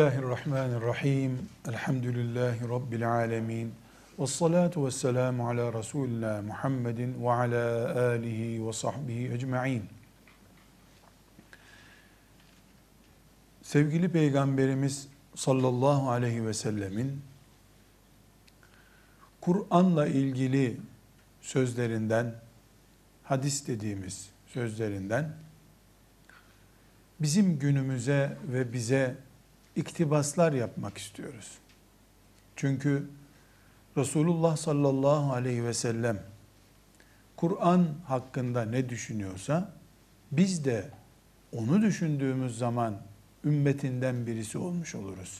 Bismillahirrahmanirrahim. Elhamdülillahi Rabbil alemin. Vessalatu vesselamu ala Resulina Muhammedin ve ala alihi ve sahbihi ecma'in. Sevgili Peygamberimiz sallallahu aleyhi ve sellemin Kur'an'la ilgili sözlerinden, hadis dediğimiz sözlerinden bizim günümüze ve bize iktibaslar yapmak istiyoruz. Çünkü Resulullah sallallahu aleyhi ve sellem Kur'an hakkında ne düşünüyorsa biz de onu düşündüğümüz zaman ümmetinden birisi olmuş oluruz.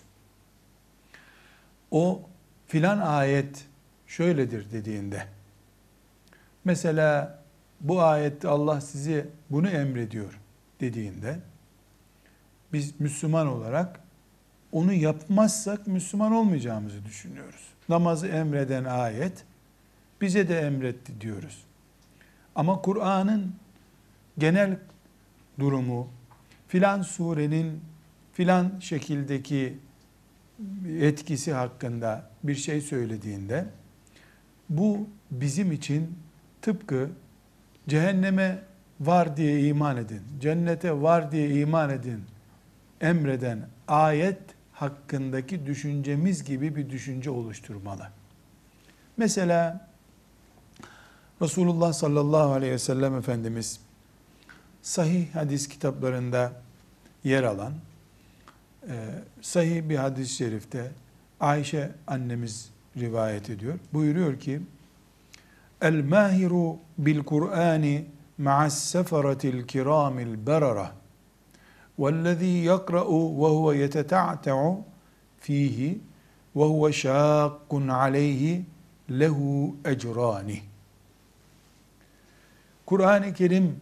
O filan ayet şöyledir dediğinde, mesela bu ayette Allah size bunu emrediyor dediğinde, biz Müslüman olarak onu yapmazsak Müslüman olmayacağımızı düşünüyoruz. Namazı emreden ayet bize de emretti diyoruz. Ama Kur'an'ın genel durumu, filan surenin filan şekildeki etkisi hakkında bir şey söylediğinde, bu bizim için tıpkı cehenneme var diye iman edin, cennete var diye iman edin emreden ayet hakkındaki düşüncemiz gibi bir düşünce oluşturmalı. Mesela Resulullah sallallahu aleyhi ve sellem Efendimiz sahih hadis kitaplarında yer alan sahih bir hadis-i şerifte Ayşe annemiz rivayet ediyor. Buyuruyor ki: El mahiru bil Kur'ani ma'as seferatil kiramil berara وَالَّذ۪ي يَقْرَأُ وَهُوَ يَتَتَعْتَعُ ف۪يهِ وَهُوَ شَاقٌ عَلَيْهِ لَهُ اَجْرَانِ. Kur'an-ı Kerim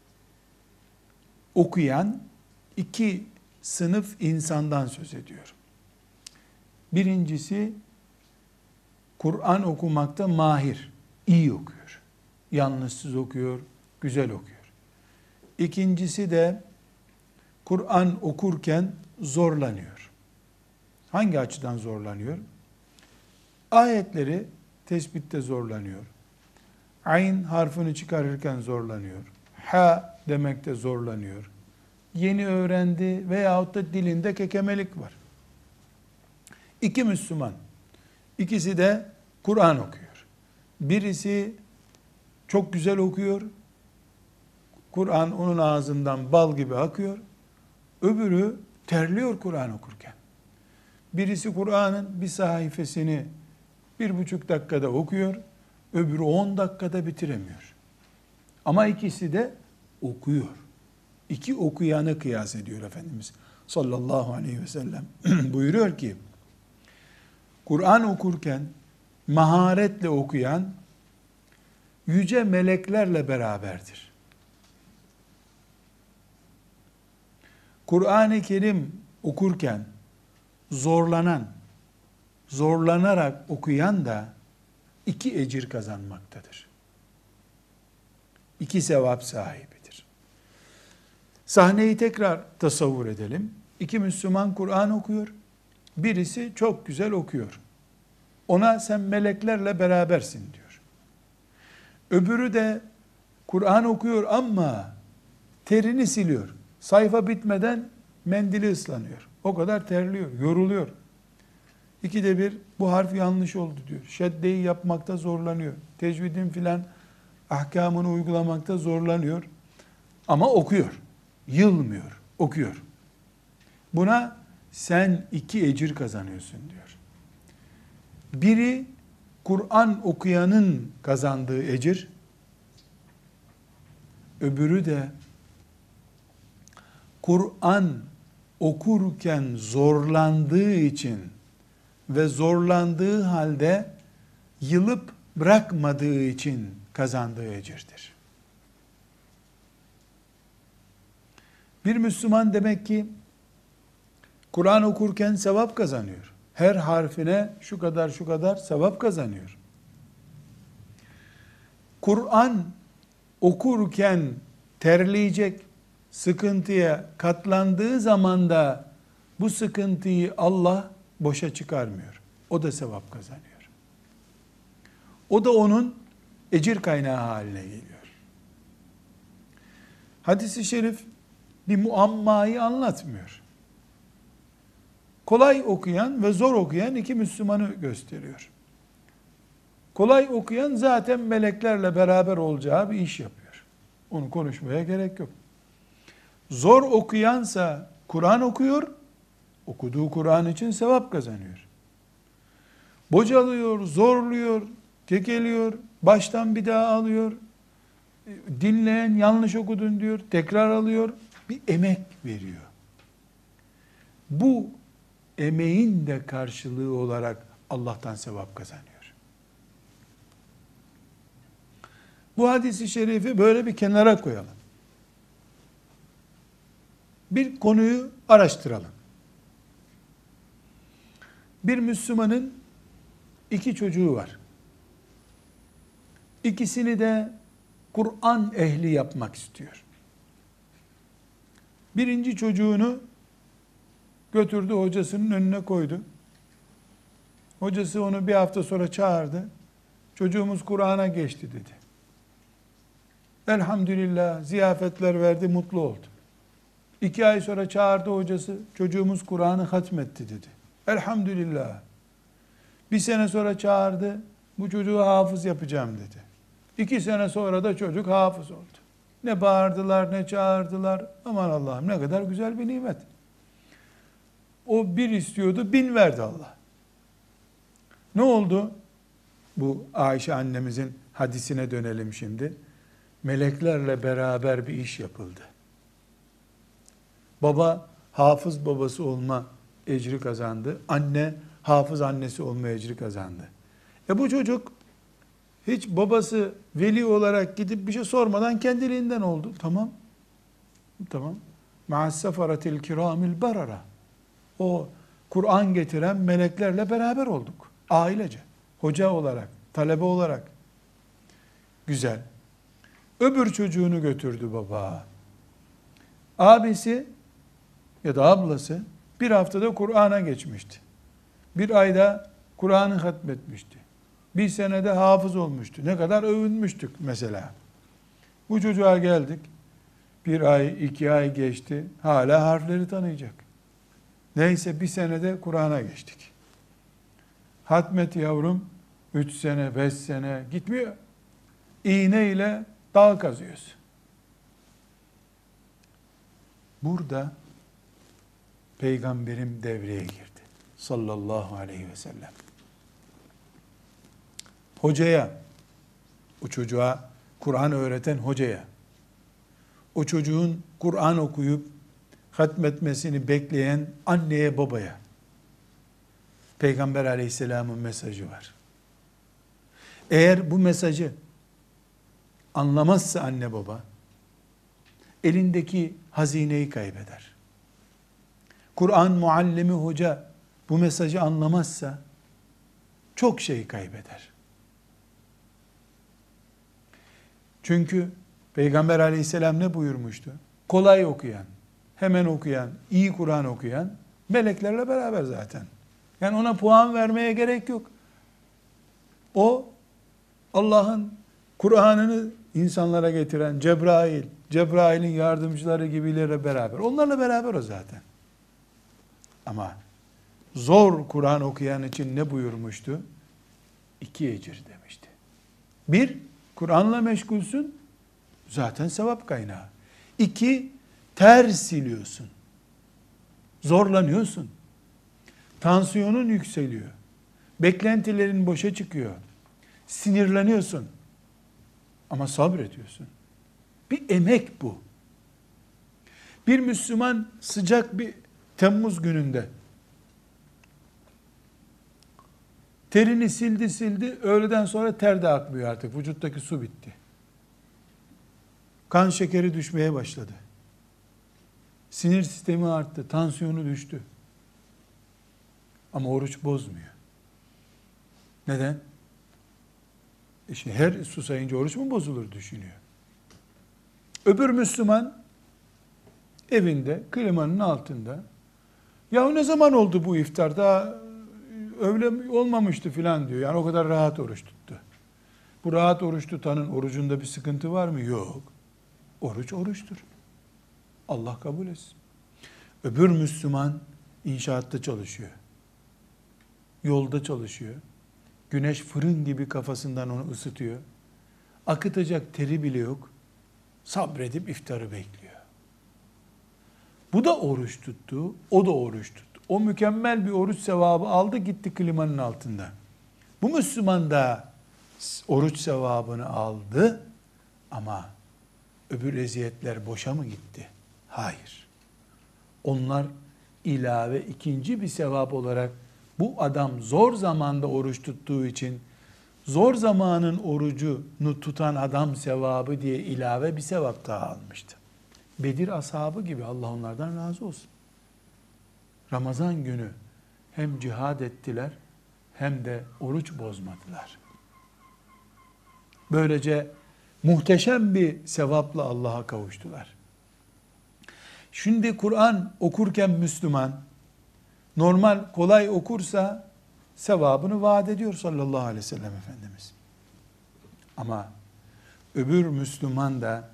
okuyan iki sınıf insandan söz ediyor. Birincisi, Kur'an okumakta mahir, iyi okuyor. Yanlışsız okuyor, güzel okuyor. İkincisi de Kur'an okurken zorlanıyor. Hangi açıdan zorlanıyor? Ayetleri tespitte zorlanıyor. Ayn harfini çıkarırken zorlanıyor. Ha demekte zorlanıyor. Yeni öğrendi veyahut da dilinde kekemelik var. İki Müslüman, ikisi de Kur'an okuyor. Birisi çok güzel okuyor. Kur'an onun ağzından bal gibi akıyor. Öbürü terliyor Kur'an okurken. Birisi Kur'an'ın bir sayfasını 1,5 dakikada okuyor, öbürü 10 dakikada bitiremiyor. Ama ikisi de okuyor. İki okuyanı kıyas ediyor Efendimiz sallallahu aleyhi ve sellem. Buyuruyor ki, Kur'an okurken maharetle okuyan yüce meleklerle beraberdir. Kur'an-ı Kerim okurken zorlanan, zorlanarak okuyan da iki ecir kazanmaktadır. İki sevap sahibidir. Sahneyi tekrar tasavvur edelim. İki Müslüman Kur'an okuyor. Birisi çok güzel okuyor. Ona sen meleklerle berabersin diyor. Öbürü de Kur'an okuyor ama terini siliyor. Sayfa bitmeden mendili ıslanıyor. O kadar terliyor, yoruluyor. İkide bir bu harf yanlış oldu diyor. Şeddeyi yapmakta zorlanıyor. Tecvidin filan ahkamını uygulamakta zorlanıyor. Ama okuyor. Yılmıyor. Okuyor. Buna sen iki ecir kazanıyorsun diyor. Biri Kur'an okuyanın kazandığı ecir. Öbürü de Kur'an okurken zorlandığı için ve zorlandığı halde yılıp bırakmadığı için kazandığı ecirdir. Bir Müslüman demek ki Kur'an okurken sevap kazanıyor. Her harfine şu kadar şu kadar sevap kazanıyor. Kur'an okurken terleyecek, sıkıntıya katlandığı zaman da Bu sıkıntıyı Allah boşa çıkarmıyor. O da sevap kazanıyor. O da onun ecir kaynağı haline geliyor. Hadis-i şerif bir muammayı anlatmıyor. Kolay okuyan ve zor okuyan iki Müslümanı gösteriyor. Kolay okuyan zaten meleklerle beraber olacağı bir iş yapıyor. Onu konuşmaya gerek yok. Zor okuyansa Kur'an okuyor, okuduğu Kur'an için sevap kazanıyor. Bocalıyor, zorluyor, kekeliyor, baştan bir daha alıyor. Dinleyen yanlış okudun diyor, tekrar alıyor. Bir emek veriyor. Bu emeğin de karşılığı olarak Allah'tan sevap kazanıyor. Bu hadisi şerifi böyle bir kenara koyalım. Bir konuyu araştıralım. Bir Müslümanın iki çocuğu var. İkisini de Kur'an ehli yapmak istiyor. Birinci çocuğunu götürdü, hocasının önüne koydu. Hocası onu bir hafta sonra çağırdı. Çocuğumuz Kur'an'a geçti dedi. Elhamdülillah ziyafetler verdi, mutlu oldu. 2 ay sonra çağırdı hocası, çocuğumuz Kur'an'ı hatmetti dedi. Elhamdülillah. 1 sene sonra çağırdı, bu çocuğu hafız yapacağım dedi. 2 sene sonra da çocuk hafız oldu. Ne bağırdılar, ne çağırdılar. Aman Allah'ım ne kadar güzel bir nimet. O 1 istiyordu, 1000 verdi Allah. Ne oldu? Bu Ayşe annemizin hadisine dönelim şimdi. Meleklerle beraber bir iş yapıldı. Baba hafız babası olma ecri kazandı. Anne hafız annesi olma ecri kazandı. Bu çocuk hiç babası veli olarak gidip bir şey sormadan kendiliğinden oldu. Tamam. Tamam. Ma'as-sefaratil kiramil barara. O Kur'an getiren meleklerle beraber olduk. Ailece. Hoca olarak, talebe olarak. Güzel. Öbür çocuğunu götürdü baba. Abisi ya da ablası bir haftada Kur'an'a geçmişti. 1 ayda Kur'an'ı hatmetmişti. 1 senede hafız olmuştu. Ne kadar övünmüştük mesela. Bu çocuğa geldik. 1 ay, 2 ay geçti. Hala harfleri tanıyacak. Neyse 1 senede Kur'an'a geçtik. Hatmet yavrum 3 sene, 5 sene gitmiyor. İğne ile dağ kazıyorsun. Burada Peygamberim devreye girdi. Sallallahu aleyhi ve sellem. Hocaya, o çocuğa Kur'an öğreten hocaya, o çocuğun Kur'an okuyup hatmetmesini bekleyen anneye babaya, Peygamber aleyhisselamın mesajı var. Eğer bu mesajı anlamazsa anne baba, elindeki hazineyi kaybeder. Kur'an muallimi hoca bu mesajı anlamazsa çok şey kaybeder. Çünkü Peygamber aleyhisselam ne buyurmuştu? Kolay okuyan, hemen okuyan, iyi Kur'an okuyan meleklerle beraber zaten. Yani ona puan vermeye gerek yok. O Allah'ın Kur'an'ını insanlara getiren Cebrail, Cebrail'in yardımcıları gibilere beraber. Onlarla beraber o zaten. Ama zor Kur'an okuyan için ne buyurmuştu? 2 ecir demişti. 1, Kur'an'la meşgulsün, zaten sevap kaynağı. 2, ter siliyorsun. Zorlanıyorsun. Tansiyonun yükseliyor. Beklentilerin boşa çıkıyor. Sinirleniyorsun. Ama sabrediyorsun. Bir emek bu. Bir Müslüman sıcak bir Temmuz gününde terini sildi, öğleden sonra ter de akmıyor artık. Vücuttaki su bitti. Kan şekeri düşmeye başladı. Sinir sistemi arttı, tansiyonu düştü. Ama oruç bozmuyor. Neden? Her susayınca oruç mu bozulur düşünüyor. Öbür Müslüman evinde, klimanın altında Ya ne zaman oldu bu iftar? Daha öyle olmamıştı filan diyor. Yani o kadar rahat oruç tuttu. Bu rahat oruç tutanın orucunda bir sıkıntı var mı? Yok. Oruç oruçtur. Allah kabul etsin. Öbür Müslüman inşaatta çalışıyor. Yolda çalışıyor. Güneş fırın gibi kafasından onu ısıtıyor. Akıtacak teri bile yok. Sabredip iftarı bekliyor. Bu da oruç tuttu, o da oruç tuttu. O mükemmel bir oruç sevabı aldı, gitti klimanın altında. Bu Müslüman da oruç sevabını aldı ama öbür eziyetler boşa mı gitti? Hayır. Onlar ilave ikinci bir sevap olarak bu adam zor zamanda oruç tuttuğu için zor zamanın orucunu tutan adam sevabı diye ilave bir sevap daha almıştı. Bedir ashabı gibi, Allah onlardan razı olsun. Ramazan günü hem cihad ettiler hem de oruç bozmadılar. Böylece muhteşem bir sevapla Allah'a kavuştular. Şimdi Kur'an okurken Müslüman normal kolay okursa sevabını vaat ediyor sallallahu aleyhi ve sellem Efendimiz. Ama öbür Müslüman da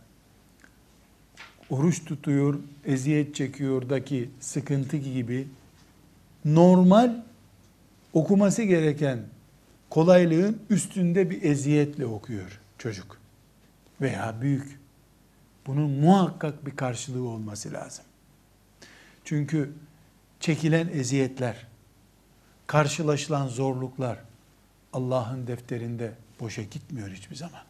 oruç tutuyor, eziyet çekiyordaki sıkıntı gibi normal okuması gereken kolaylığın üstünde bir eziyetle okuyor çocuk veya büyük. Bunun muhakkak bir karşılığı olması lazım. Çünkü çekilen eziyetler, karşılaşılan zorluklar Allah'ın defterinde boşa gitmiyor hiçbir zaman.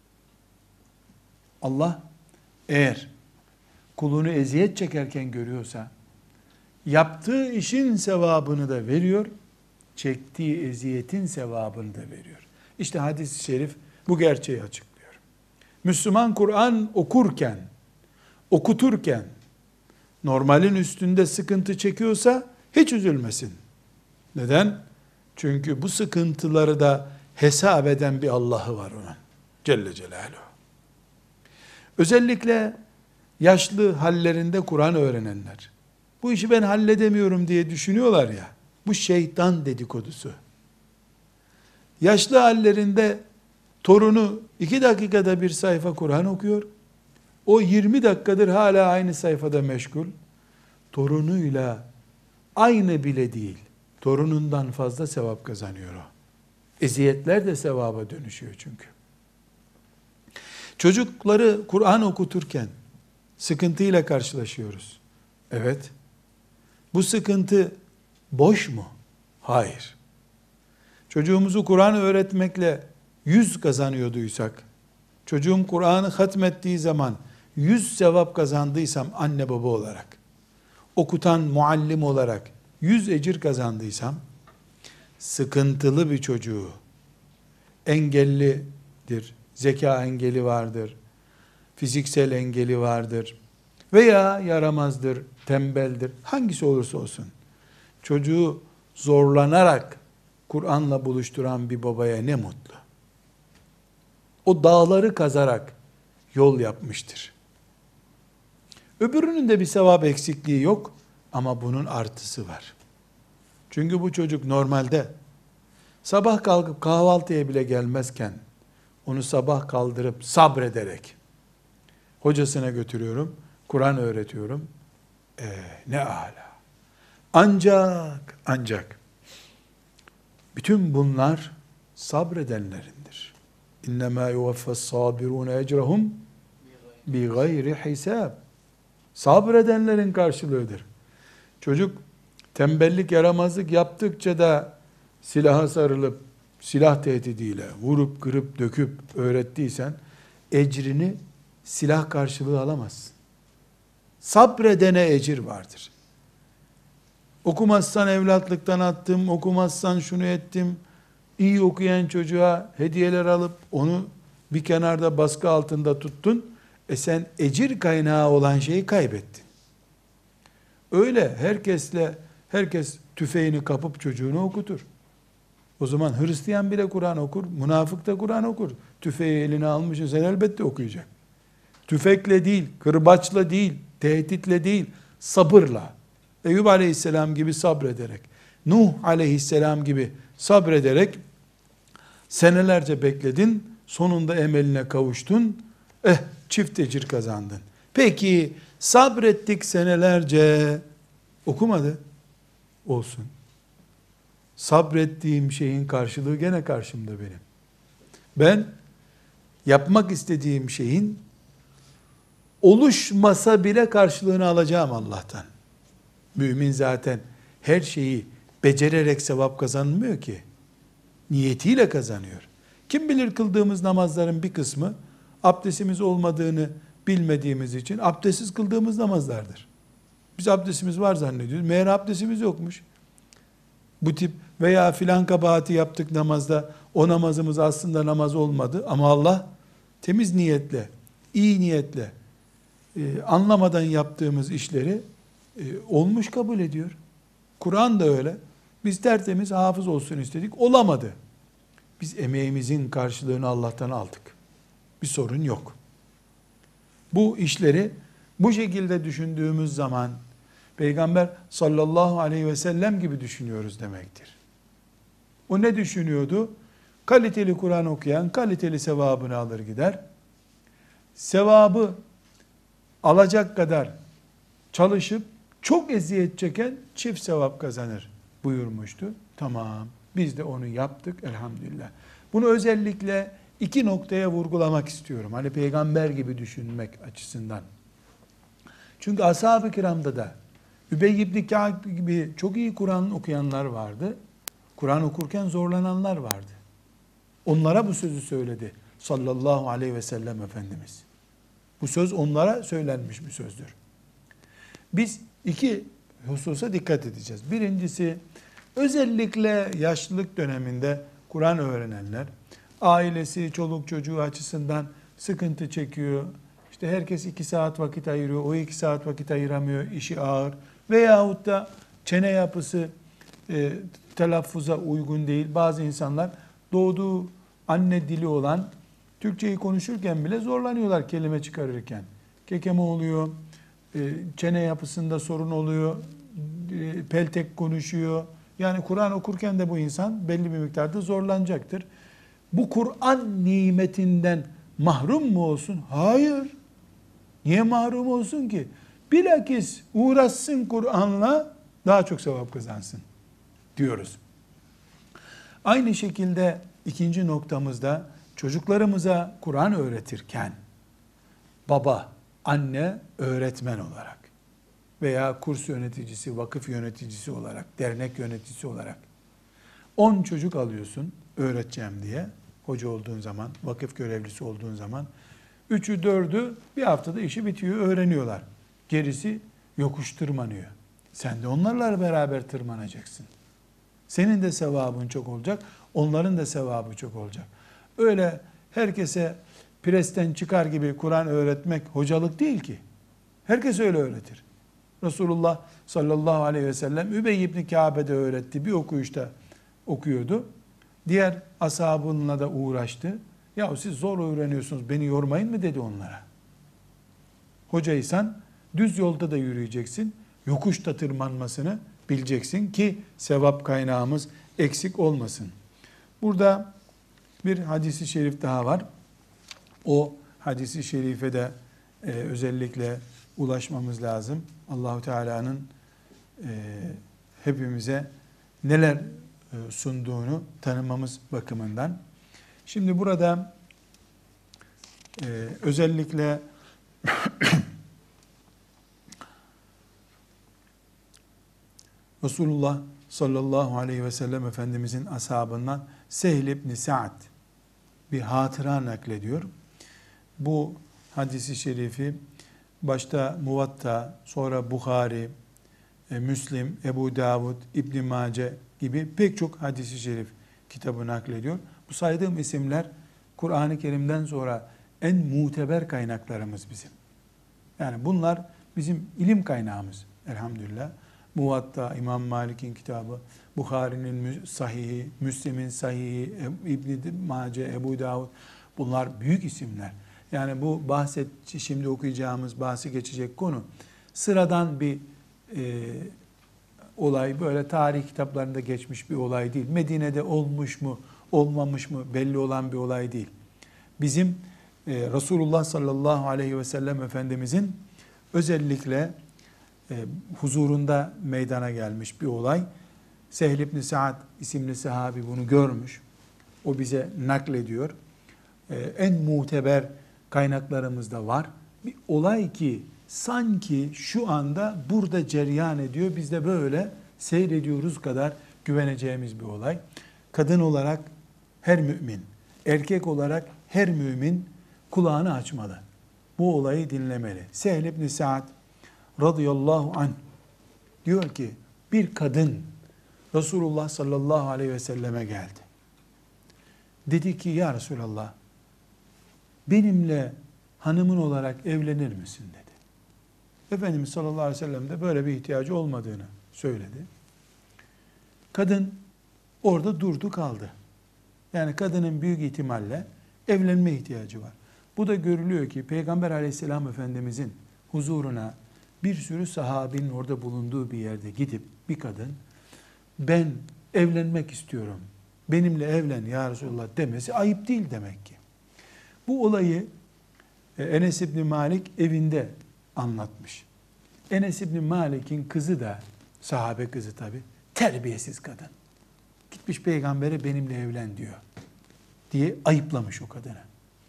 Allah eğer kulunu eziyet çekerken görüyorsa, yaptığı işin sevabını da veriyor, çektiği eziyetin sevabını da veriyor. İşte hadis-i şerif bu gerçeği açıklıyor. Müslüman Kur'an okurken, okuturken, normalin üstünde sıkıntı çekiyorsa hiç üzülmesin. Neden? Çünkü bu sıkıntıları da hesap eden bir Allah'ı var onun. Celle Celaluhu. Özellikle yaşlı hallerinde Kur'an öğrenenler, bu işi ben halledemiyorum diye düşünüyorlar ya, bu şeytan dedikodusu. Yaşlı hallerinde torunu 2 dakikada bir sayfa Kur'an okuyor, o 20 dakikadır hala aynı sayfada meşgul, torunuyla aynı bile değil, torunundan fazla sevap kazanıyor o. Eziyetler de sevaba dönüşüyor çünkü. Çocukları Kur'an okuturken sıkıntıyla karşılaşıyoruz. Evet. Bu sıkıntı boş mu? Hayır. Çocuğumuzu Kur'an öğretmekle 100 kazanıyorduysak, çocuğum Kur'an'ı hatmettiği zaman 100 sevap kazandıysam anne baba olarak, okutan muallim olarak 100 ecir kazandıysam, sıkıntılı bir çocuğu, engellidir, zeka engeli vardır, fiziksel engeli vardır veya yaramazdır, tembeldir, hangisi olursa olsun, çocuğu zorlanarak Kur'an'la buluşturan bir babaya ne mutlu. O dağları kazarak yol yapmıştır. Öbürünün de bir sevap eksikliği yok ama bunun artısı var. Çünkü bu çocuk normalde sabah kalkıp kahvaltıya bile gelmezken onu sabah kaldırıp sabrederek hocasına götürüyorum, Kur'an öğretiyorum. Ne âlâ. Ancak bütün bunlar sabredenlerindir. İnnemâ yuvaffas-sâbirûne ecrahum bi gayri hisab. Sabredenlerin karşılığıdır. Çocuk tembellik, yaramazlık yaptıkça da silaha sarılıp silah tehdidiyle vurup kırıp döküp öğrettiysen ecrini silah karşılığı alamazsın. Sabredene ecir vardır. Okumazsan evlatlıktan attım, okumazsan şunu ettim. İyi okuyan çocuğa hediyeler alıp onu bir kenarda baskı altında tuttun. Sen ecir kaynağı olan şeyi kaybettin. Öyle herkes tüfeğini kapıp çocuğunu okutur. O zaman Hristiyan bile Kur'an okur, münafık da Kur'an okur. Tüfeği eline almışsın, sen elbette okuyacak. Tüfekle değil, kırbaçla değil, tehditle değil, sabırla. Eyüp aleyhisselam gibi sabrederek, Nuh aleyhisselam gibi sabrederek senelerce bekledin, sonunda emeline kavuştun, çift ecir kazandın. Peki sabrettik senelerce, okumadı, olsun. Sabrettiğim şeyin karşılığı gene karşımda benim. Ben yapmak istediğim şeyin oluşmasa bile karşılığını alacağım Allah'tan. Mümin zaten her şeyi becererek sevap kazanmıyor ki. Niyetiyle kazanıyor. Kim bilir kıldığımız namazların bir kısmı abdestimiz olmadığını bilmediğimiz için abdestsiz kıldığımız namazlardır. Biz abdestimiz var zannediyoruz. Meğer abdestimiz yokmuş. Bu tip veya filan kabahati yaptık namazda, o namazımız aslında namaz olmadı ama Allah temiz niyetle, iyi niyetle anlamadan yaptığımız işleri olmuş kabul ediyor. Kur'an da öyle. Biz tertemiz hafız olsun istedik, olamadı. Biz emeğimizin karşılığını Allah'tan aldık. Bir sorun yok. Bu işleri bu şekilde düşündüğümüz zaman Peygamber sallallahu aleyhi ve sellem gibi düşünüyoruz demektir. O ne düşünüyordu? Kaliteli Kur'an okuyan kaliteli sevabını alır gider. Sevabı alacak kadar çalışıp çok eziyet çeken çift sevap kazanır buyurmuştu. Tamam, biz de onu yaptık elhamdülillah. Bunu özellikle iki noktaya vurgulamak istiyorum. Hani peygamber gibi düşünmek açısından. Çünkü ashab-ı kiramda da Übey ibn Ka'b gibi çok iyi Kur'an okuyanlar vardı. Kur'an okurken zorlananlar vardı. Onlara bu sözü söyledi sallallahu aleyhi ve sellem Efendimiz. Bu söz onlara söylenmiş bir sözdür. Biz iki hususa dikkat edeceğiz. Birincisi, özellikle yaşlılık döneminde Kur'an öğrenenler, ailesi, çoluk çocuğu açısından sıkıntı çekiyor. İşte herkes 2 saat vakit ayırıyor, o 2 saat vakit ayıramıyor, işi ağır. Veyahut da çene yapısı telaffuza uygun değil. Bazı insanlar doğduğu anne dili olan Türkçeyi konuşurken bile zorlanıyorlar kelime çıkarırken. Kekeme oluyor, çene yapısında sorun oluyor, peltek konuşuyor. Yani Kur'an okurken de bu insan belli bir miktarda zorlanacaktır. Bu Kur'an nimetinden mahrum mu olsun? Hayır. Niye mahrum olsun ki? Bilakis uğraşsın Kur'an'la, daha çok sevap kazansın diyoruz. Aynı şekilde ikinci noktamızda çocuklarımıza Kur'an öğretirken baba, anne, öğretmen olarak veya kurs yöneticisi, vakıf yöneticisi olarak, dernek yöneticisi olarak 10 çocuk alıyorsun öğreteceğim diye, hoca olduğun zaman, vakıf görevlisi olduğun zaman 3'ü 4'ü bir haftada işi bitiyor, öğreniyorlar. Gerisi yokuş tırmanıyor. Sen de onlarla beraber tırmanacaksın. Senin de sevabın çok olacak, onların da sevabı çok olacak. Öyle herkese presten çıkar gibi Kur'an öğretmek hocalık değil ki. Herkes öyle öğretir. Resulullah sallallahu aleyhi ve sellem Übey ibn Ka'b'de öğretti. Bir okuyuşta okuyordu. Diğer ashabınla da uğraştı. Ya siz zor öğreniyorsunuz, beni yormayın mı dedi onlara. Hocaysan düz yolda da yürüyeceksin. Yokuşta tırmanmasını bileceksin ki sevap kaynağımız eksik olmasın. Burada bir hadisi şerif daha var. O hadisi şerife de özellikle ulaşmamız lazım. Allahu Teala'nın hepimize neler sunduğunu tanımamız bakımından. Şimdi burada özellikle Resulullah sallallahu aleyhi ve sellem Efendimizin ashabından Sehl ibn Sa'd bir hatıra naklediyor. Bu hadisi şerifi başta Muvatta, sonra Bukhari, Müslim, Ebu Davud, İbn Mace gibi pek çok hadisi şerif kitabı naklediyor. Bu saydığım isimler Kur'an-ı Kerim'den sonra en muteber kaynaklarımız bizim. Yani bunlar bizim ilim kaynağımız elhamdülillah. Muvatta, İmam Malik'in kitabı, Bukhari'nin sahihi, Müslim'in sahihi, İbn Mace, Ebu Davud, bunlar büyük isimler. Yani bu şimdi okuyacağımız, bahsi geçecek konu sıradan bir olay böyle tarih kitaplarında geçmiş bir olay değil. Medine'de olmuş mu, olmamış mı belli olan bir olay değil. Bizim Resulullah sallallahu aleyhi ve sellem Efendimizin özellikle huzurunda meydana gelmiş bir olay. Sehl ibn Sa'd isimli sahabi bunu görmüş. O bize naklediyor. En muteber kaynaklarımızda var. Bir olay ki sanki şu anda burada cereyan ediyor. Biz de böyle seyrediyoruz kadar güveneceğimiz bir olay. Kadın olarak her mümin, erkek olarak her mümin kulağını açmalı. Bu olayı dinlemeli. Sehl ibn Sa'd radıyallahu anh diyor ki bir kadın Resulullah sallallahu aleyhi ve selleme geldi. Dedi ki ya Resulallah benimle hanımın olarak evlenir misin dedi. Efendimiz sallallahu aleyhi ve sellem de böyle bir ihtiyacı olmadığını söyledi. Kadın orada durdu kaldı. Yani kadının büyük ihtimalle evlenme ihtiyacı var. Bu da görülüyor ki Peygamber aleyhisselam Efendimizin huzuruna bir sürü sahabinin orada bulunduğu bir yerde gidip bir kadın ben evlenmek istiyorum, benimle evlen ya Resulullah demesi ayıp değil demek ki. Bu olayı Enes İbni Malik evinde anlatmış. Enes İbni Malik'in kızı da sahabe kızı tabi terbiyesiz kadın. Gitmiş peygambere benimle evlen diyor diye ayıplamış o kadını.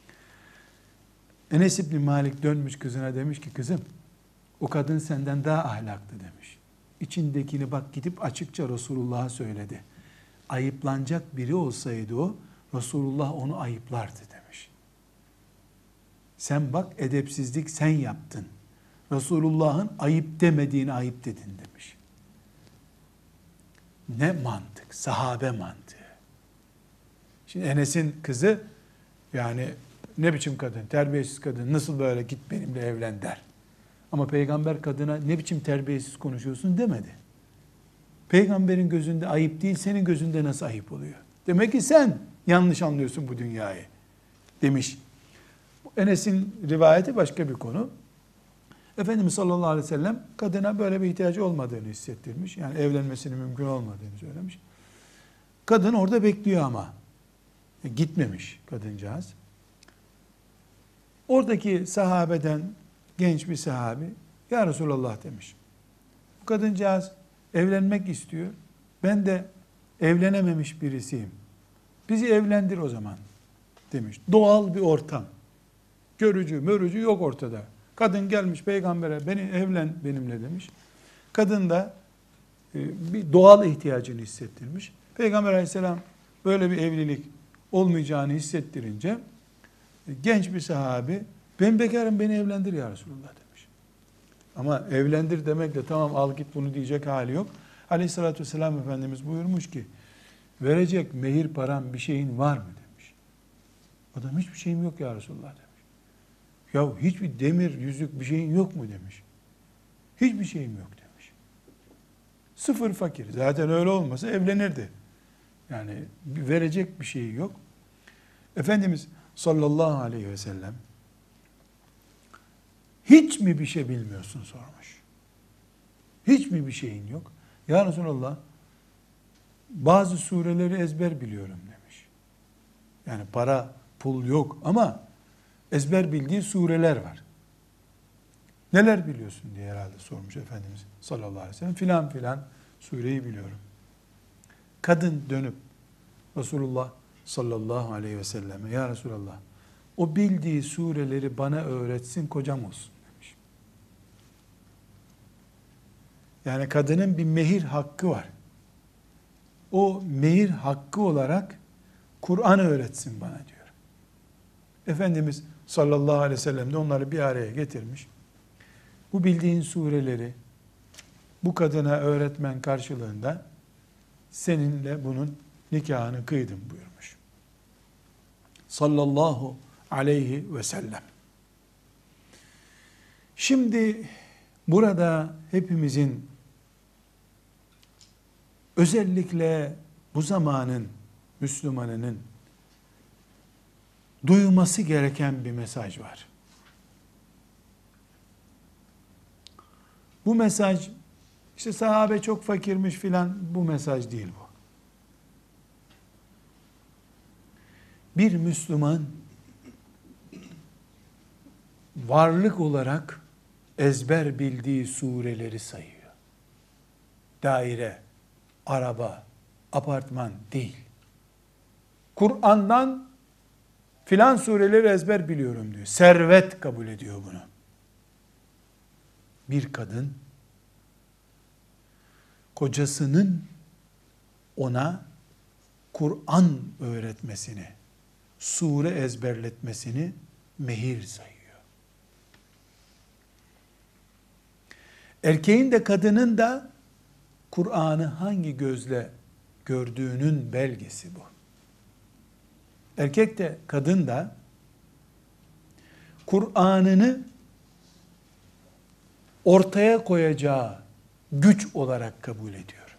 Enes İbni Malik dönmüş kızına demiş ki kızım o kadın senden daha ahlaklı demiş. İçindekini bak gidip açıkça Resulullah'a söyledi. Ayıplanacak biri olsaydı o Resulullah onu ayıplardı demiş. Sen bak edepsizlik sen yaptın. Resulullah'ın ayıp demediğini ayıp dedin demiş. Ne mantık, sahabe mantığı. Şimdi Enes'in kızı yani ne biçim kadın, terbiyesiz kadın, nasıl böyle git benimle evlen der. Ama peygamber kadına ne biçim terbiyesiz konuşuyorsun demedi. Peygamberin gözünde ayıp değil, senin gözünde nasıl ayıp oluyor? Demek ki sen yanlış anlıyorsun bu dünyayı demiş. Enes'in rivayeti başka bir konu. Efendimiz sallallahu aleyhi ve sellem kadına böyle bir ihtiyacı olmadığını hissettirmiş. Yani evlenmesinin mümkün olmadığını söylemiş. Kadın orada bekliyor ama. Gitmemiş kadıncağız. Oradaki sahabeden genç bir sahabi, ya Resulallah demiş. Bu kadıncağız evlenmek istiyor. Ben de evlenememiş birisiyim. Bizi evlendir o zaman demiş. Doğal bir ortam. Görücü, mörücü yok ortada. Kadın gelmiş peygambere beni evlen benimle demiş. Kadın da bir doğal ihtiyacını hissettirmiş. Peygamber aleyhisselam böyle bir evlilik olmayacağını hissettirince genç bir sahabi ben bekarım beni evlendir ya Resulullah demiş. Ama evlendir demekle tamam al git bunu diyecek hali yok. Aleyhissalatü vesselam Efendimiz buyurmuş ki verecek mehir param bir şeyin var mı demiş. Adam hiçbir şeyim yok ya Resulullah demiş. Ya hiçbir demir yüzük bir şeyin yok mu demiş. Hiçbir şeyim yok demiş. Sıfır fakir. Zaten öyle olmasa evlenirdi. Yani verecek bir şey yok. Efendimiz sallallahu aleyhi ve sellem hiç mi bir şey bilmiyorsun sormuş. Hiç mi bir şeyin yok? Ya Resulallah bazı sureleri ezber biliyorum demiş. Yani para, pul yok ama ezber bildiği sureler var. Neler biliyorsun diye herhalde sormuş Efendimiz sallallahu aleyhi ve sellem. Filan filan sureyi biliyorum. Kadın dönüp Resulullah sallallahu aleyhi ve selleme ya Resulallah o bildiği sureleri bana öğretsin kocam olsun demiş. Yani kadının bir mehir hakkı var. O mehir hakkı olarak Kur'an öğretsin bana diyor. Efendimiz sallallahu aleyhi ve sellem de onları bir araya getirmiş. Bu bildiğin sureleri bu kadına öğretmen karşılığında seninle bunun nikahını kıydım buyurmuş. Sallallahu aleyhi ve sellem. Şimdi burada hepimizin özellikle bu zamanın Müslümanının duyması gereken bir mesaj var. Bu mesaj İşte sahabe çok fakirmiş filan, bu mesaj değil bu. Bir Müslüman varlık olarak ezber bildiği sureleri sayıyor. Daire, araba, apartman değil. Kur'an'dan filan sureleri ezber biliyorum diyor. Servet kabul ediyor bunu. Bir kadın kocasının ona Kur'an öğretmesini, sure ezberletmesini mehir sayıyor. Erkeğin de kadının da Kur'an'ı hangi gözle gördüğünün belgesi bu. Erkek de kadın da Kur'an'ını ortaya koyacağı güç olarak kabul ediyor.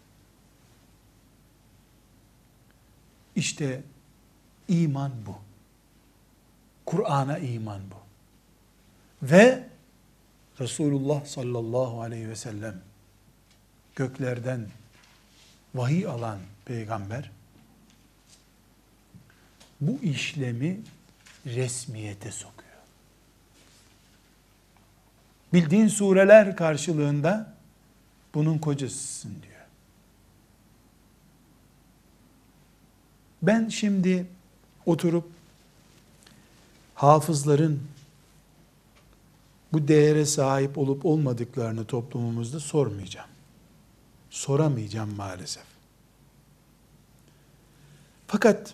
İşte iman bu. Kur'an'a iman bu. Ve Resulullah sallallahu aleyhi ve sellem, göklerden vahiy alan peygamber, bu işlemi resmiyete sokuyor. Bildiğin sureler karşılığında bunun kocasısın diyor. Ben şimdi oturup hafızların bu değere sahip olup olmadıklarını toplumumuzda sormayacağım. Soramayacağım maalesef. Fakat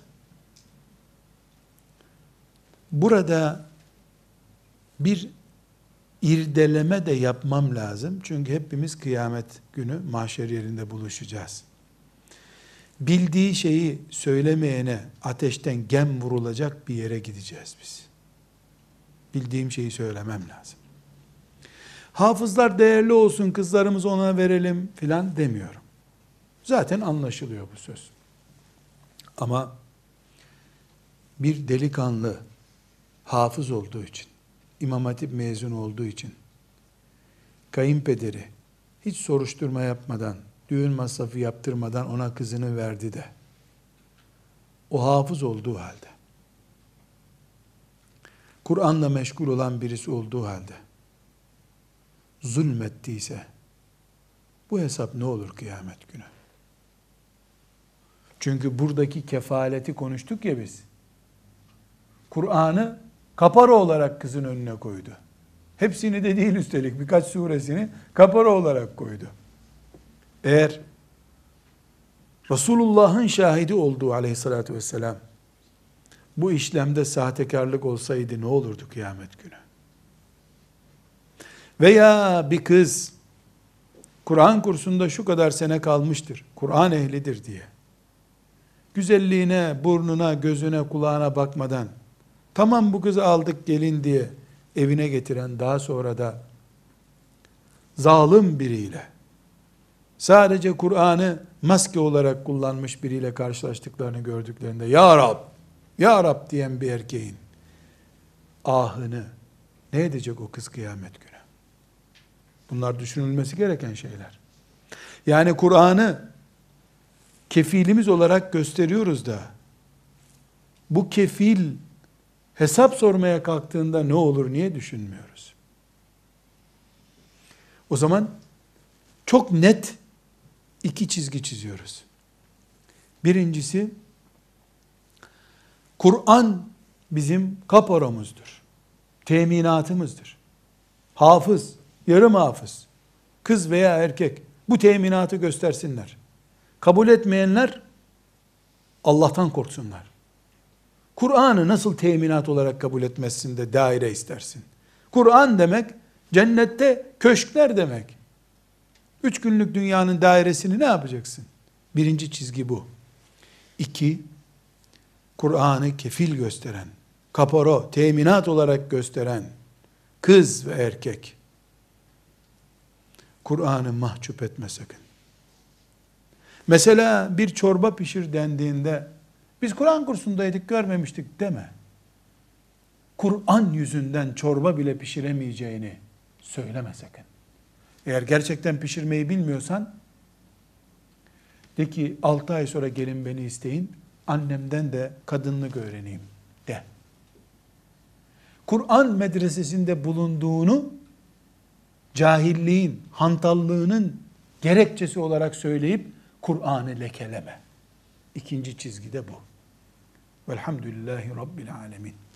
burada bir irdeleme de yapmam lazım. Çünkü hepimiz kıyamet günü mahşer yerinde buluşacağız. Bildiği şeyi söylemeyene ateşten gem vurulacak bir yere gideceğiz biz. Bildiğim şeyi söylemem lazım. Hafızlar değerli olsun, kızlarımızı ona verelim filan demiyorum. Zaten anlaşılıyor bu söz. Ama bir delikanlı hafız olduğu için, İmam Hatip mezunu olduğu için, kayınpederi hiç soruşturma yapmadan, düğün masrafı yaptırmadan ona kızını verdi de, o hafız olduğu halde, Kur'an'la meşgul olan birisi olduğu halde, zulmettiyse, bu hesap ne olur kıyamet günü? Çünkü buradaki kefaleti konuştuk ya biz. Kur'an'ı kapara olarak kızın önüne koydu. Hepsini de değil üstelik, birkaç suresini kapara olarak koydu. Eğer Resulullah'ın şahidi olduğu aleyhissalatü vesselam bu işlemde sahtekarlık olsaydı ne olurdu kıyamet günü? Veya bir kız Kur'an kursunda şu kadar sene kalmıştır, Kur'an ehlidir diye, güzelliğine, burnuna, gözüne, kulağına bakmadan, tamam bu kızı aldık gelin diye evine getiren, daha sonra da zalim biriyle, sadece Kur'an'ı maske olarak kullanmış biriyle karşılaştıklarını gördüklerinde, Ya Rab, Ya Rab diyen bir erkeğin ahını ne edecek o kız kıyamet günü? Bunlar düşünülmesi gereken şeyler. Yani Kur'an'ı kefilimiz olarak gösteriyoruz da, bu kefil hesap sormaya kalktığında ne olur, niye düşünmüyoruz? O zaman çok net iki çizgi çiziyoruz. Birincisi, Kur'an bizim kaporamızdır, teminatımızdır. Hafız, yarım hafız, kız veya erkek bu teminatı göstersinler. Kabul etmeyenler Allah'tan korksunlar. Kur'an'ı nasıl teminat olarak kabul etmezsin de daire istersin? Kur'an demek cennette köşkler demek. 3 günlük dünyanın dairesini ne yapacaksın? Birinci çizgi bu. 2, Kur'an'ı kefil gösteren, kaporo, teminat olarak gösteren kız ve erkek, Kur'an'ı mahcup etme sakın. Mesela bir çorba pişir dendiğinde, biz Kur'an kursundaydık görmemiştik deme. Kur'an yüzünden çorba bile pişiremeyeceğini söyleme sakın. Eğer gerçekten pişirmeyi bilmiyorsan, de ki 6 ay sonra gelin beni isteyin, annemden de kadınlık öğreneyim de. Kur'an medresesinde bulunduğunu cahilliğin, hantallığının gerekçesi olarak söyleyip Kur'an'ı lekeleme. İkinci çizgi de bu. Velhamdülillahi Rabbil alemin.